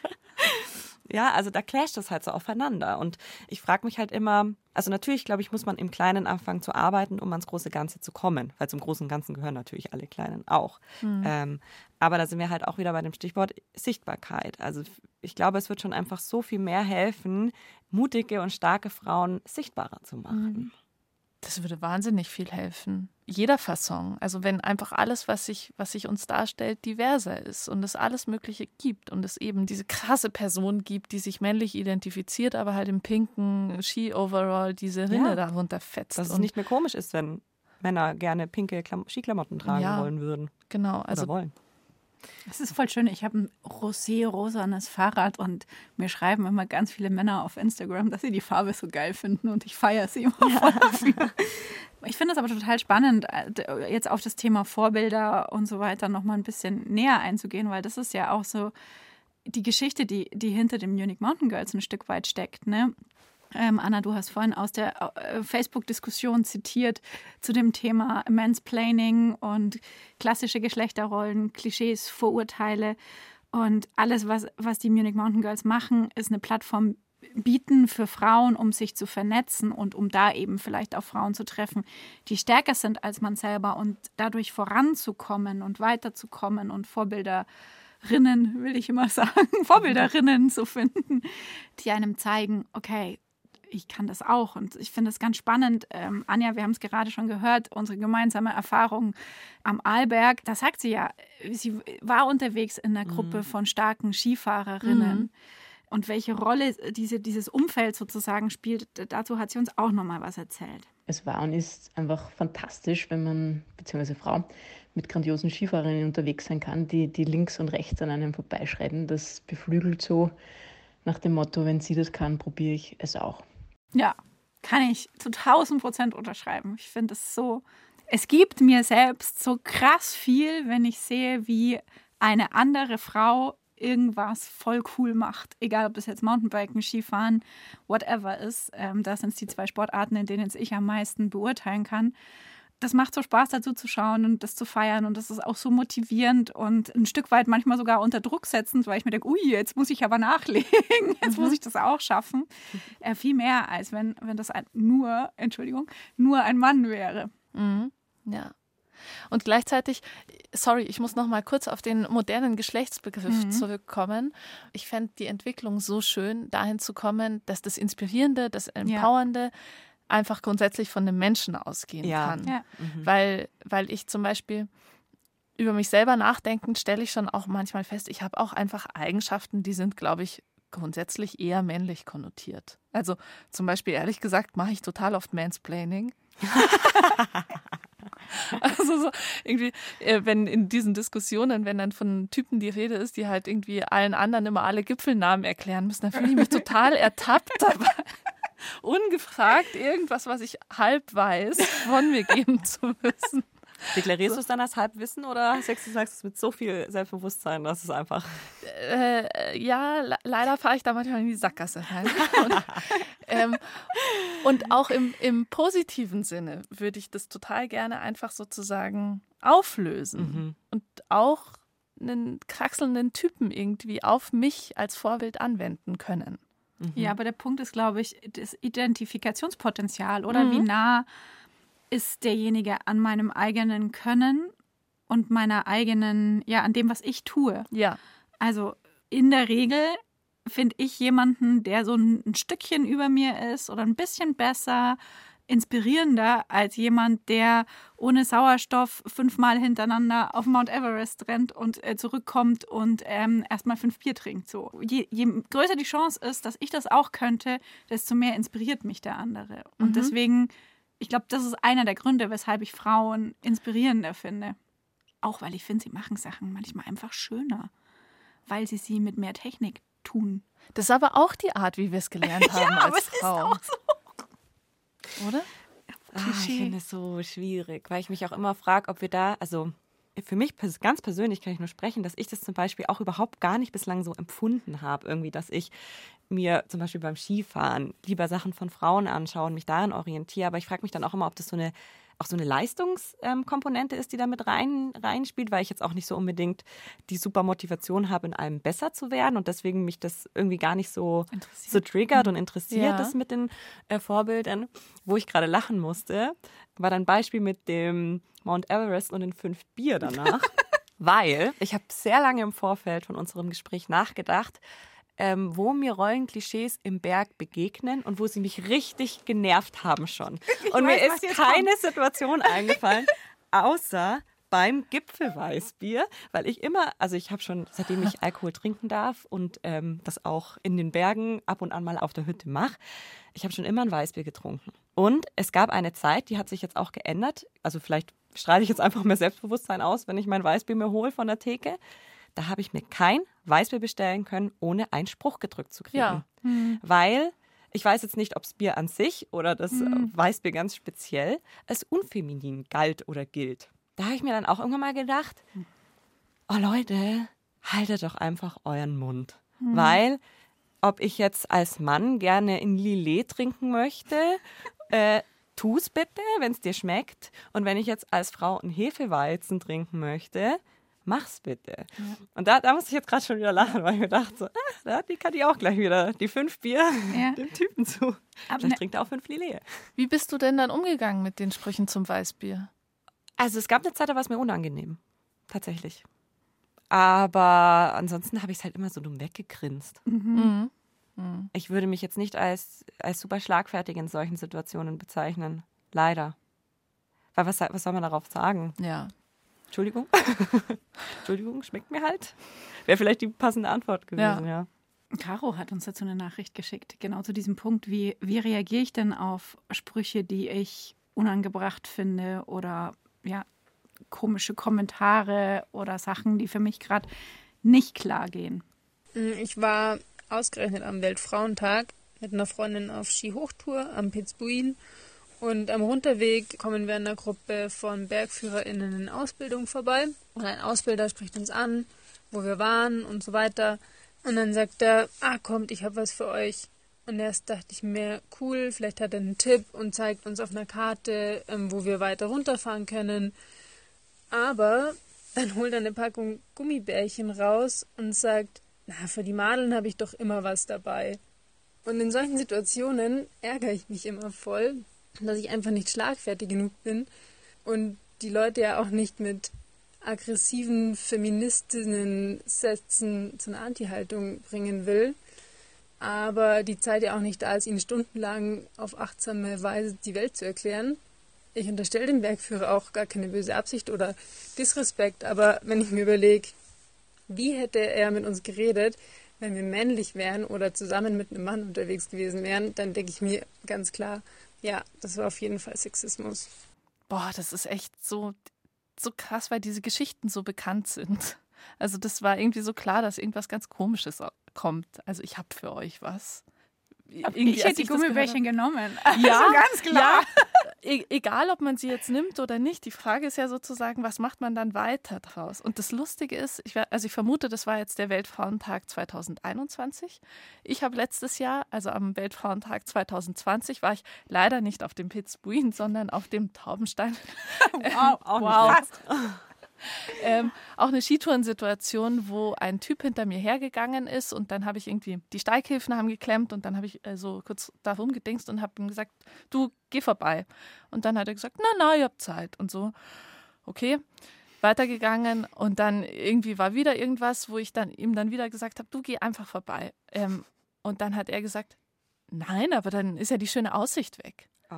Ja, also da clasht das halt so aufeinander. Und ich frage mich halt immer, also natürlich, glaube ich, muss man im Kleinen anfangen zu arbeiten, um ans große Ganze zu kommen. Weil zum großen Ganzen gehören natürlich alle Kleinen auch. Aber da sind wir halt auch wieder bei dem Stichwort Sichtbarkeit. Also ich glaube, es wird schon einfach so viel mehr helfen, mutige und starke Frauen sichtbarer zu machen. Das würde wahnsinnig viel helfen. Jeder Fasson. Also wenn einfach alles, was sich uns darstellt, diverser ist und es alles Mögliche gibt und es eben diese krasse Person gibt, die sich männlich identifiziert, aber halt im pinken Ski-Overall diese Rinne darunter fetzt. Dass es nicht mehr komisch ist, wenn Männer gerne pinke Skiklamotten tragen wollen würden. Genau. Oder wollen. Es ist voll schön. Ich habe ein rosé-rosanes Fahrrad und mir schreiben immer ganz viele Männer auf Instagram, dass sie die Farbe so geil finden und ich feiere sie immer voll dafür. Ich finde es aber total spannend, jetzt auf das Thema Vorbilder und so weiter noch mal ein bisschen näher einzugehen, weil das ist ja auch so die Geschichte, die hinter dem Munich Mountain Girls ein Stück weit steckt, ne? Anna, du hast vorhin aus der Facebook-Diskussion zitiert zu dem Thema Mansplaining und klassische Geschlechterrollen, Klischees, Vorurteile und alles, was die Munich Mountain Girls machen, ist eine Plattform bieten für Frauen, um sich zu vernetzen und um da eben vielleicht auch Frauen zu treffen, die stärker sind als man selber und dadurch voranzukommen und weiterzukommen und Vorbilderinnen, will ich immer sagen, Vorbilderinnen zu finden, die einem zeigen, okay, ich kann das auch. Und ich finde es ganz spannend. Anja, wir haben es gerade schon gehört, unsere gemeinsame Erfahrung am Arlberg. Da sagt sie ja, sie war unterwegs in einer Gruppe von starken Skifahrerinnen. Und welche Rolle dieses Umfeld sozusagen spielt, dazu hat sie uns auch nochmal was erzählt. Es war und ist einfach fantastisch, wenn man, beziehungsweise Frau, mit grandiosen Skifahrerinnen unterwegs sein kann, die links und rechts an einem vorbeischreiten. Das beflügelt so nach dem Motto, wenn sie das kann, probiere ich es auch. Ja, kann ich zu 1000% unterschreiben. Ich finde es so es gibt mir selbst so krass viel, wenn ich sehe, wie eine andere Frau irgendwas voll cool macht. Egal, ob das jetzt Mountainbiken, Skifahren, whatever ist. Das sind die 2 Sportarten, in denen ich am meisten beurteilen kann. Das macht so Spaß, dazu zu schauen und das zu feiern. Und das ist auch so motivierend und ein Stück weit manchmal sogar unter Druck setzend, weil ich mir denke, ui, jetzt muss ich aber nachlegen. Jetzt muss ich das auch schaffen. Viel mehr, als wenn das nur ein Mann wäre. Mhm. Ja. Und gleichzeitig, sorry, ich muss noch mal kurz auf den modernen Geschlechtsbegriff zurückkommen. Ich fände die Entwicklung so schön, dahin zu kommen, dass das Inspirierende, das Empowernde einfach grundsätzlich von dem Menschen ausgehen kann. Ja. Weil ich zum Beispiel über mich selber nachdenkend stelle ich schon auch manchmal fest, ich habe auch einfach Eigenschaften, die sind, glaube ich, grundsätzlich eher männlich konnotiert. Also zum Beispiel, ehrlich gesagt, mache ich total oft Mansplaining. Also so irgendwie, wenn in diesen Diskussionen, wenn dann von Typen die Rede ist, die halt irgendwie allen anderen immer alle Gipfelnamen erklären müssen, dann fühle ich mich total ertappt dabei, ungefragt irgendwas, was ich halb weiß, von mir geben zu müssen. Deklarierst du es dann als Halbwissen oder sagst du es mit so viel Selbstbewusstsein, dass es einfach... Leider fahre ich da manchmal in die Sackgasse rein. Und auch im positiven Sinne würde ich das total gerne einfach sozusagen auflösen und auch einen kraxelnden Typen irgendwie auf mich als Vorbild anwenden können. Ja, aber der Punkt ist, glaube ich, das Identifikationspotenzial, oder? Wie nah ist derjenige an meinem eigenen Können und meiner eigenen, an dem, was ich tue. Ja. Also in der Regel finde ich jemanden, der so ein Stückchen über mir ist oder ein bisschen besser, inspirierender als jemand, der ohne Sauerstoff 5-mal hintereinander auf Mount Everest rennt und zurückkommt und erstmal 5 Bier trinkt. So. Je größer die Chance ist, dass ich das auch könnte, desto mehr inspiriert mich der andere. Und deswegen, ich glaube, das ist einer der Gründe, weshalb ich Frauen inspirierender finde. Auch weil ich finde, sie machen Sachen manchmal einfach schöner, weil sie mit mehr Technik tun. Das ist aber auch die Art, wie wir es gelernt haben als Frau. Ist auch so. Oder? Ich finde es so schwierig, weil ich mich auch immer frage, ob wir da, also für mich ganz persönlich kann ich nur sprechen, dass ich das zum Beispiel auch überhaupt gar nicht bislang so empfunden habe, irgendwie, dass ich mir zum Beispiel beim Skifahren lieber Sachen von Frauen anschaue und mich daran orientiere. Aber ich frage mich dann auch immer, ob das so eine Leistungskomponente ist, die da mit reinspielt, weil ich jetzt auch nicht so unbedingt die super Motivation habe, in allem besser zu werden und deswegen mich das irgendwie gar nicht so triggert und interessiert, das mit den Vorbildern. Wo ich gerade lachen musste, war dann ein Beispiel mit dem Mount Everest und den 5 Bier danach, weil ich habe sehr lange im Vorfeld von unserem Gespräch nachgedacht, wo mir Rollenklischees im Berg begegnen und wo sie mich richtig genervt haben schon. Und mir ist keine Situation eingefallen, außer beim Gipfelweißbier, weil ich habe schon, seitdem ich Alkohol trinken darf und das auch in den Bergen ab und an mal auf der Hütte mache, ich habe schon immer ein Weißbier getrunken. Und es gab eine Zeit, die hat sich jetzt auch geändert, also vielleicht strahle ich jetzt einfach mehr Selbstbewusstsein aus, wenn ich mein Weißbier mir hole von der Theke. Da habe ich mir kein Weißbier bestellen können, ohne einen Spruch gedrückt zu kriegen. Ja. Weil, ich weiß jetzt nicht, ob das Bier an sich oder das Weißbier ganz speziell als unfeminin galt oder gilt. Da habe ich mir dann auch irgendwann mal gedacht, oh Leute, haltet doch einfach euren Mund. Weil, ob ich jetzt als Mann gerne in Lillet trinken möchte, tu's bitte, wenn es dir schmeckt. Und wenn ich jetzt als Frau einen Hefeweizen trinken möchte, mach's bitte. Ja. Und da musste ich jetzt gerade schon wieder lachen, weil ich mir dachte, da hat die Kathi auch gleich wieder die 5 Bier dem Typen zu. Vielleicht trinkt er auch 5 Lillet. Wie bist du denn dann umgegangen mit den Sprüchen zum Weißbier? Also es gab eine Zeit, da war es mir unangenehm. Tatsächlich. Aber ansonsten habe ich es halt immer so dumm weggegrinst. Ich würde mich jetzt nicht als super schlagfertig in solchen Situationen bezeichnen. Leider. Weil was soll man darauf sagen? Ja. Entschuldigung. Entschuldigung, schmeckt mir halt. Wäre vielleicht die passende Antwort gewesen, ja. Caro hat uns dazu eine Nachricht geschickt, genau zu diesem Punkt. Wie reagiere ich denn auf Sprüche, die ich unangebracht finde oder komische Kommentare oder Sachen, die für mich gerade nicht klar gehen? Ich war ausgerechnet am Weltfrauentag mit einer Freundin auf Skihochtour am Pitzbuil Und am Runterweg kommen wir an einer Gruppe von BergführerInnen in Ausbildung vorbei. Und ein Ausbilder spricht uns an, wo wir waren und so weiter. Und dann sagt er, kommt, ich habe was für euch. Und erst dachte ich mir, cool, vielleicht hat er einen Tipp und zeigt uns auf einer Karte, wo wir weiter runterfahren können. Aber dann holt er eine Packung Gummibärchen raus und sagt, für die Madeln habe ich doch immer was dabei. Und in solchen Situationen ärgere ich mich immer voll, dass ich einfach nicht schlagfertig genug bin und die Leute ja auch nicht mit aggressiven Feministinnen-Sätzen zu einer Anti-Haltung bringen will. Aber die Zeit ja auch nicht da ist, ihnen stundenlang auf achtsame Weise die Welt zu erklären. Ich unterstelle dem Bergführer auch gar keine böse Absicht oder Disrespekt, aber wenn ich mir überlege, wie hätte er mit uns geredet, wenn wir männlich wären oder zusammen mit einem Mann unterwegs gewesen wären, dann denke ich mir ganz klar, ja, das war auf jeden Fall Sexismus. Boah, das ist echt so krass, weil diese Geschichten so bekannt sind. Also das war irgendwie so klar, dass irgendwas ganz Komisches kommt. Also ich habe für euch was. Irgendwie, ich hätte die Gummibärchen genommen. Ja, also ganz klar. Ja, egal, ob man sie jetzt nimmt oder nicht. Die Frage ist ja sozusagen, was macht man dann weiter draus? Und das Lustige ist, ich vermute, das war jetzt der Weltfrauentag 2021. Ich habe letztes Jahr, also am Weltfrauentag 2020, war ich leider nicht auf dem Pitzbuin, sondern auf dem Taubenstein. Wow. Auch eine Skitourensituation, wo ein Typ hinter mir hergegangen ist und dann habe ich irgendwie, die Steighilfen haben geklemmt und dann habe ich so kurz da rumgedingst und habe ihm gesagt, du, geh vorbei. Und dann hat er gesagt, na, ich habe Zeit und so. Okay, weitergegangen und dann irgendwie war wieder irgendwas, wo ich dann ihm dann wieder gesagt habe, du, geh einfach vorbei. Und dann hat er gesagt, nein, aber dann ist ja die schöne Aussicht weg. Oh.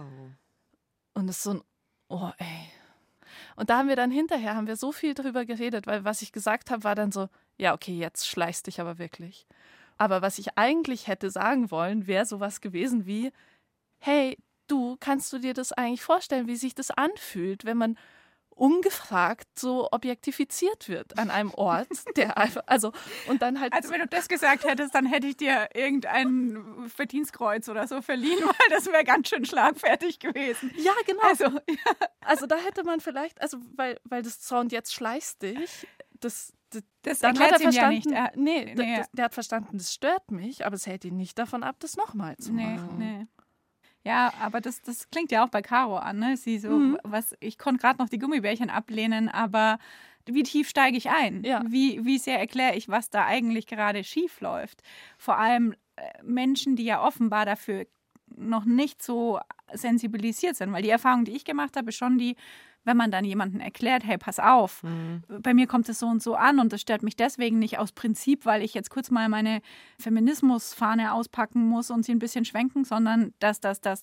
Und es ist so ein, oh ey. Und da haben wir so viel drüber geredet, weil was ich gesagt habe, war dann so, ja, okay, jetzt schleichst dich aber wirklich. Aber was ich eigentlich hätte sagen wollen, wäre sowas gewesen wie, hey, du, kannst du dir das eigentlich vorstellen, wie sich das anfühlt, wenn man ungefragt so objektifiziert wird an einem Ort, der einfach, und dann halt. Also wenn du das gesagt hättest, dann hätte ich dir irgendein Verdienstkreuz oder so verliehen, weil das wäre ganz schön schlagfertig gewesen. Ja, genau. Also da hätte man vielleicht, weil das Sound jetzt schleichst dich, das dann erklärt hat er ihm ja verstanden, nicht. Der hat verstanden, das stört mich, aber es hält ihn nicht davon ab, das nochmal zu machen. Nee. Ja, aber das klingt ja auch bei Caro an, ne? Sie so, ich konnte gerade noch die Gummibärchen ablehnen, aber wie tief steige ich ein? Ja. Wie sehr erkläre ich, was da eigentlich gerade schief läuft? Vor allem Menschen, die ja offenbar dafür noch nicht so sensibilisiert sind, weil die Erfahrung, die ich gemacht habe, ist schon die, wenn man dann jemandem erklärt, hey, pass auf, bei mir kommt es so und so an und das stört mich deswegen nicht aus Prinzip, weil ich jetzt kurz mal meine Feminismusfahne auspacken muss und sie ein bisschen schwenken, sondern das.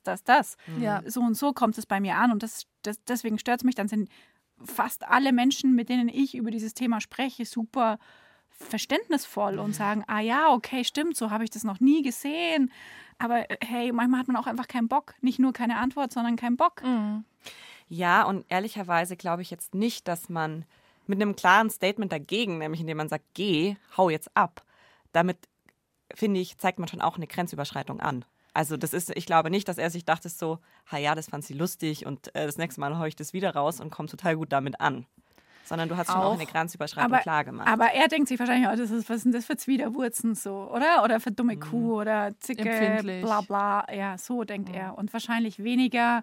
Ja. So und so kommt es bei mir an und deswegen stört es mich. Dann sind fast alle Menschen, mit denen ich über dieses Thema spreche, super verständnisvoll und sagen, ja, okay, stimmt, so habe ich das noch nie gesehen. Aber hey, manchmal hat man auch einfach keinen Bock. Nicht nur keine Antwort, sondern keinen Bock. Mhm. Ja, und ehrlicherweise glaube ich jetzt nicht, dass man mit einem klaren Statement dagegen, nämlich indem man sagt, geh, hau jetzt ab, damit, finde ich, zeigt man schon auch eine Grenzüberschreitung an. Also ich glaube nicht, dass er sich dachte so, das fand sie lustig und das nächste Mal haue ich das wieder raus und komme total gut damit an. Sondern du hast schon auch eine Grenzüberschreitung klar gemacht. Aber er denkt sich wahrscheinlich, was sind das für Zwiderwurzen so, oder? Oder für dumme Kuh oder Zicke, bla bla. Ja, so denkt er. Und wahrscheinlich weniger,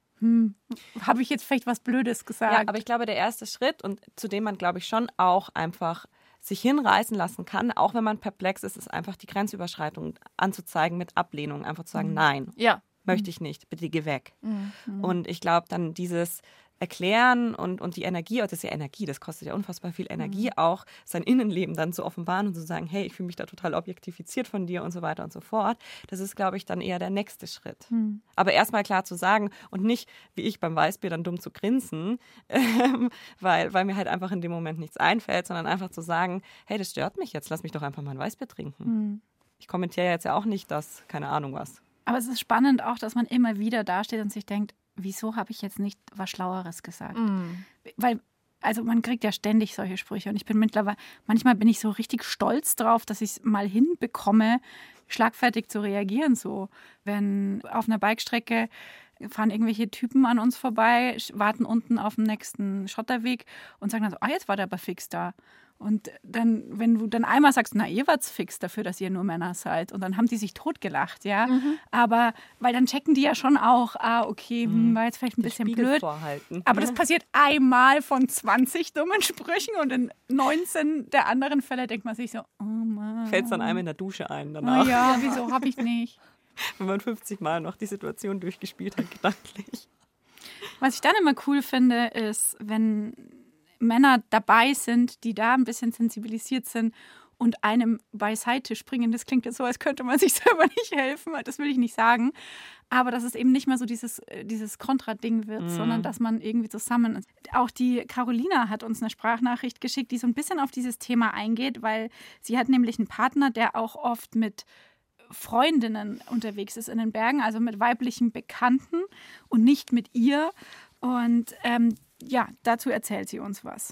habe ich jetzt vielleicht was Blödes gesagt. Ja, aber ich glaube, der erste Schritt, und zu dem man, glaube ich, schon auch einfach sich hinreißen lassen kann, auch wenn man perplex ist, ist einfach die Grenzüberschreitung anzuzeigen mit Ablehnung. Einfach zu sagen, nein, möchte ich nicht, bitte geh weg. Und ich glaube, dann dieses Erklären und die Energie, das ist ja Energie, das kostet ja unfassbar viel Energie auch, sein Innenleben dann zu offenbaren und zu sagen, hey, ich fühle mich da total objektifiziert von dir und so weiter und so fort. Das ist, glaube ich, dann eher der nächste Schritt. Aber erstmal klar zu sagen und nicht, wie ich beim Weißbier, dann dumm zu grinsen, weil mir halt einfach in dem Moment nichts einfällt, sondern einfach zu sagen, hey, das stört mich jetzt, lass mich doch einfach mal ein Weißbier trinken. Ich kommentiere jetzt ja auch nicht das, keine Ahnung was. Aber es ist spannend auch, dass man immer wieder dasteht und sich denkt, wieso habe ich jetzt nicht was Schlaueres gesagt? Weil, man kriegt ja ständig solche Sprüche und ich bin manchmal bin ich so richtig stolz drauf, dass ich es mal hinbekomme, schlagfertig zu reagieren. So, wenn auf einer Bikestrecke fahren irgendwelche Typen an uns vorbei, warten unten auf dem nächsten Schotterweg und sagen dann so, jetzt war der aber fix da. Und dann, wenn du dann einmal sagst, na, ihr wart's fix dafür, dass ihr nur Männer seid. Und dann haben die sich totgelacht, ja. Aber, weil dann checken die ja schon auch, okay, war jetzt vielleicht ein bisschen blöd. Vorhalten. Aber das passiert einmal von 20 dummen Sprüchen und in 19 der anderen Fälle denkt man sich so, oh Mann. Fällt es dann einem in der Dusche ein danach. Oh ja, wieso habe ich nicht? Wenn man 50 Mal noch die Situation durchgespielt hat, gedanklich. Was ich dann immer cool finde, ist, wenn Männer dabei sind, die da ein bisschen sensibilisiert sind und einem beiseite springen. Das klingt jetzt so, als könnte man sich selber nicht helfen. Das will ich nicht sagen. Aber dass es eben nicht mehr so dieses Kontra-Ding wird, sondern dass man irgendwie zusammen ist. Auch die Carolina hat uns eine Sprachnachricht geschickt, die so ein bisschen auf dieses Thema eingeht, weil sie hat nämlich einen Partner, der auch oft mit Freundinnen unterwegs ist in den Bergen, also mit weiblichen Bekannten und nicht mit ihr. Und dazu erzählt sie uns was.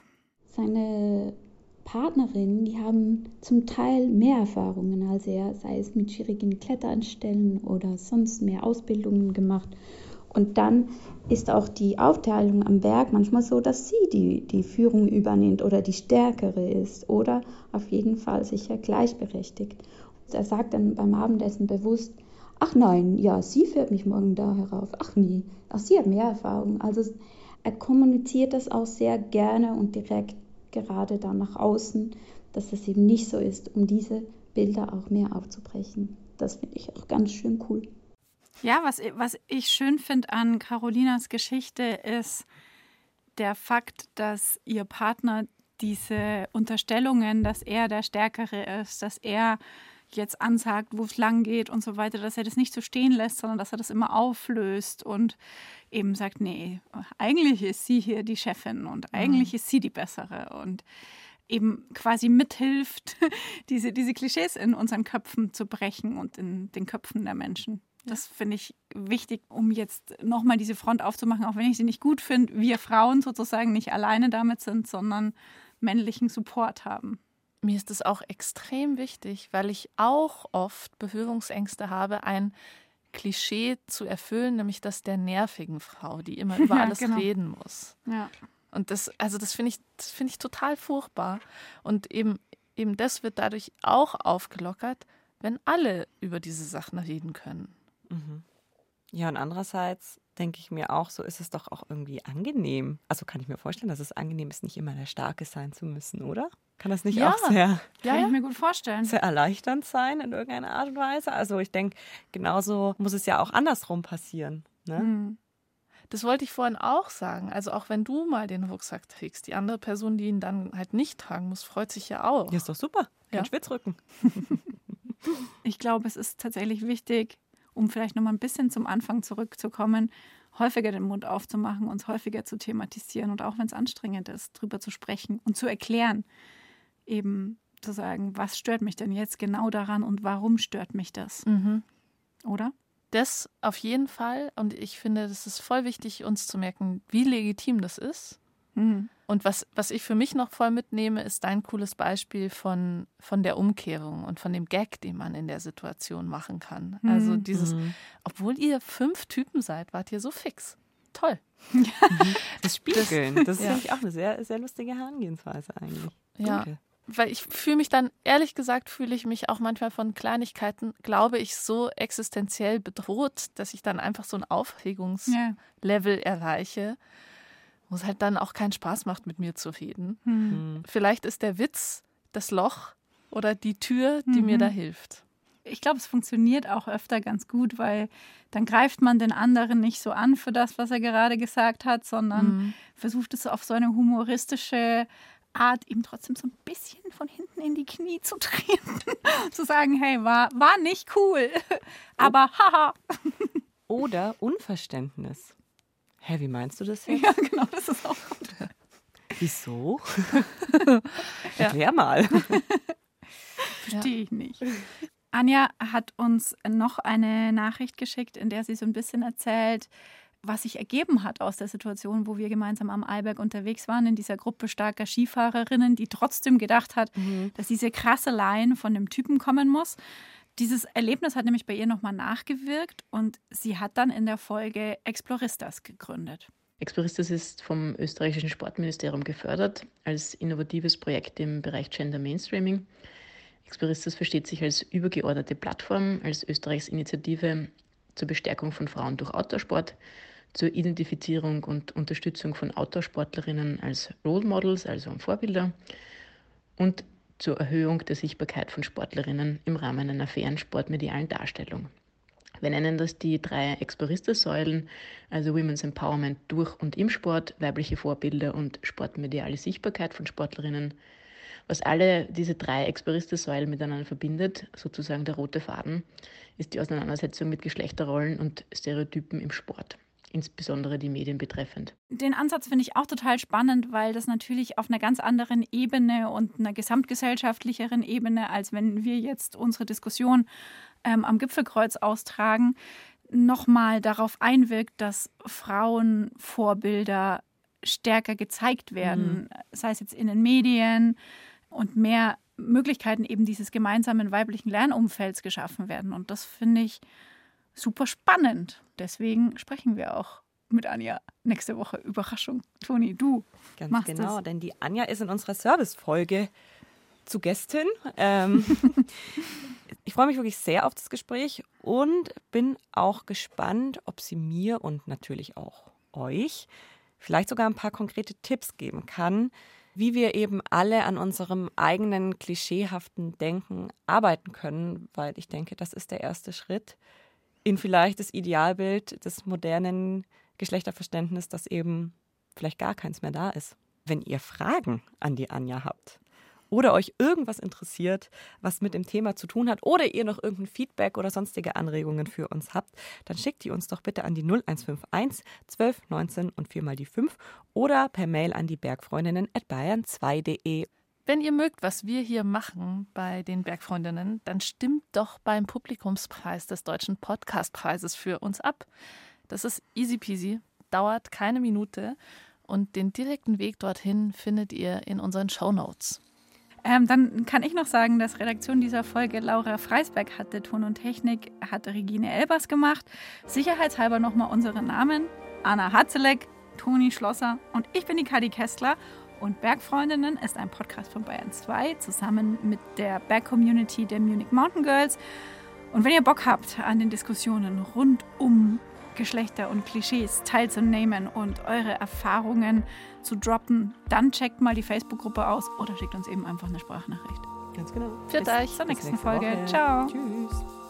Seine Partnerinnen, die haben zum Teil mehr Erfahrungen als er, sei es mit schwierigen Kletteranstellen oder sonst mehr Ausbildungen gemacht. Und dann ist auch die Aufteilung am Berg manchmal so, dass sie die Führung übernimmt oder die Stärkere ist oder auf jeden Fall sicher gleichberechtigt. Er sagt dann beim Abendessen bewusst, ach nein, ja, sie führt mich morgen da herauf. Ach nie, ach, sie hat mehr Erfahrung. Also er kommuniziert das auch sehr gerne und direkt gerade dann nach außen, dass es eben nicht so ist, um diese Bilder auch mehr aufzubrechen. Das finde ich auch ganz schön cool. Ja, was ich schön finde an Carolinas Geschichte ist der Fakt, dass ihr Partner diese Unterstellungen, dass er der Stärkere ist, dass er jetzt ansagt, wo es lang geht und so weiter, dass er das nicht so stehen lässt, sondern dass er das immer auflöst und eben sagt, nee, eigentlich ist sie hier die Chefin und eigentlich ist sie die Bessere und eben quasi mithilft, diese Klischees in unseren Köpfen zu brechen und in den Köpfen der Menschen. Das finde ich wichtig, um jetzt nochmal diese Front aufzumachen, auch wenn ich sie nicht gut finde, wir Frauen sozusagen nicht alleine damit sind, sondern männlichen Support haben. Mir ist es auch extrem wichtig, weil ich auch oft Berührungsängste habe, ein Klischee zu erfüllen, nämlich das der nervigen Frau, die immer über alles reden muss. Ja. Und das finde ich total furchtbar. Und eben das wird dadurch auch aufgelockert, wenn alle über diese Sachen reden können. Mhm. Ja, und andererseits denke ich mir auch, so ist es doch auch irgendwie angenehm. Also kann ich mir vorstellen, dass es angenehm ist, nicht immer der Starke sein zu müssen, oder? Kann das nicht auch sehr, kann ich mir gut vorstellen, sehr erleichternd sein in irgendeiner Art und Weise? Also ich denke, genauso muss es ja auch andersrum passieren. Ne? Das wollte ich vorhin auch sagen. Also auch wenn du mal den Rucksack trägst, die andere Person, die ihn dann halt nicht tragen muss, freut sich ja auch. Ja, ist doch super. Kein Schwitzrücken. Ich glaube, es ist tatsächlich wichtig, um vielleicht nochmal ein bisschen zum Anfang zurückzukommen, häufiger den Mund aufzumachen, uns häufiger zu thematisieren und auch wenn es anstrengend ist, drüber zu sprechen und zu erklären, eben zu sagen, was stört mich denn jetzt genau daran und warum stört mich das? Oder? Das auf jeden Fall und ich finde, das ist voll wichtig, uns zu merken, wie legitim das ist. Und was ich für mich noch voll mitnehme, ist dein cooles Beispiel von der Umkehrung und von dem Gag, den man in der Situation machen kann. Also dieses, obwohl ihr 5 Typen seid, wart ihr so fix. Toll. Das Spiegeln, das ist nämlich auch eine sehr, sehr lustige Herangehensweise eigentlich. Ja, weil ich fühle mich dann, ehrlich gesagt, fühle ich mich auch manchmal von Kleinigkeiten, glaube ich, so existenziell bedroht, dass ich dann einfach so ein Aufregungslevel erreiche, wo es halt dann auch keinen Spaß macht, mit mir zu reden. Vielleicht ist der Witz das Loch oder die Tür, die mir da hilft. Ich glaube, es funktioniert auch öfter ganz gut, weil dann greift man den anderen nicht so an für das, was er gerade gesagt hat, sondern versucht es auf so eine humoristische Art, ihm trotzdem so ein bisschen von hinten in die Knie zu treten. Zu sagen, hey, war nicht cool, aber haha. Oder Unverständnis. Hä, wie meinst du das jetzt? Ja, genau, das ist auch gut. Wieso? Erklär mal. Verstehe ich nicht. Anja hat uns noch eine Nachricht geschickt, in der sie so ein bisschen erzählt, was sich ergeben hat aus der Situation, wo wir gemeinsam am Arlberg unterwegs waren, in dieser Gruppe starker Skifahrerinnen, die trotzdem gedacht hat, dass diese krasse Line von dem Typen kommen muss. Dieses Erlebnis hat nämlich bei ihr nochmal nachgewirkt und sie hat dann in der Folge Exploristas gegründet. Exploristas ist vom österreichischen Sportministerium gefördert als innovatives Projekt im Bereich Gender Mainstreaming. Exploristas versteht sich als übergeordnete Plattform, als Österreichs Initiative zur Bestärkung von Frauen durch Outdoorsport, zur Identifizierung und Unterstützung von Outdoorsportlerinnen als Role Models, also Vorbilder, und zur Erhöhung der Sichtbarkeit von Sportlerinnen im Rahmen einer fairen sportmedialen Darstellung. Wir nennen das die 3 Exploristas-Säulen, also Women's Empowerment durch und im Sport, weibliche Vorbilder und sportmediale Sichtbarkeit von Sportlerinnen. Was alle diese 3 Exploristas-Säulen miteinander verbindet, sozusagen der rote Faden, ist die Auseinandersetzung mit Geschlechterrollen und Stereotypen im Sport, insbesondere die Medien betreffend. Den Ansatz finde ich auch total spannend, weil das natürlich auf einer ganz anderen Ebene und einer gesamtgesellschaftlicheren Ebene, als wenn wir jetzt unsere Diskussion am Gipfelkreuz austragen, nochmal darauf einwirkt, dass Frauenvorbilder stärker gezeigt werden, sei es jetzt in den Medien und mehr Möglichkeiten eben dieses gemeinsamen weiblichen Lernumfelds geschaffen werden. Und das finde ich super spannend. Deswegen sprechen wir auch mit Anja nächste Woche. Überraschung. Toni, du machst Ganz genau, das. denn die Anja ist in unserer Servicefolge zu Gästin. Ich freue mich wirklich sehr auf das Gespräch und bin auch gespannt, ob sie mir und natürlich auch euch vielleicht sogar ein paar konkrete Tipps geben kann, wie wir eben alle an unserem eigenen klischeehaften Denken arbeiten können, weil ich denke, das ist der erste Schritt in vielleicht das Idealbild des modernen Geschlechterverständnisses, dass eben vielleicht gar keins mehr da ist. Wenn ihr Fragen an die Anja habt oder euch irgendwas interessiert, was mit dem Thema zu tun hat oder ihr noch irgendein Feedback oder sonstige Anregungen für uns habt, dann schickt die uns doch bitte an die 0151 12 19 und 4 mal die 5 oder per Mail an die bergfreundinnen@bayern2.de. Wenn ihr mögt, was wir hier machen bei den Bergfreundinnen, dann stimmt doch beim Publikumspreis des Deutschen Podcastpreises für uns ab. Das ist easy peasy, dauert keine Minute und den direkten Weg dorthin findet ihr in unseren Shownotes. Dann kann ich noch sagen, dass Redaktion dieser Folge Laura Freisberg hatte, Ton und Technik hatte Regine Elbers gemacht. Sicherheitshalber nochmal unsere Namen: Anna Hatzeleck, Toni Schlosser und ich bin die Kadi Kessler. Und Bergfreundinnen ist ein Podcast von Bayern 2 zusammen mit der Berg-Community der Munich Mountain Girls. Und wenn ihr Bock habt, an den Diskussionen rund um Geschlechter und Klischees teilzunehmen und eure Erfahrungen zu droppen, dann checkt mal die Facebook-Gruppe aus oder schickt uns eben einfach eine Sprachnachricht. Ganz genau. Bis zur nächsten Folge. Woche. Ciao. Tschüss.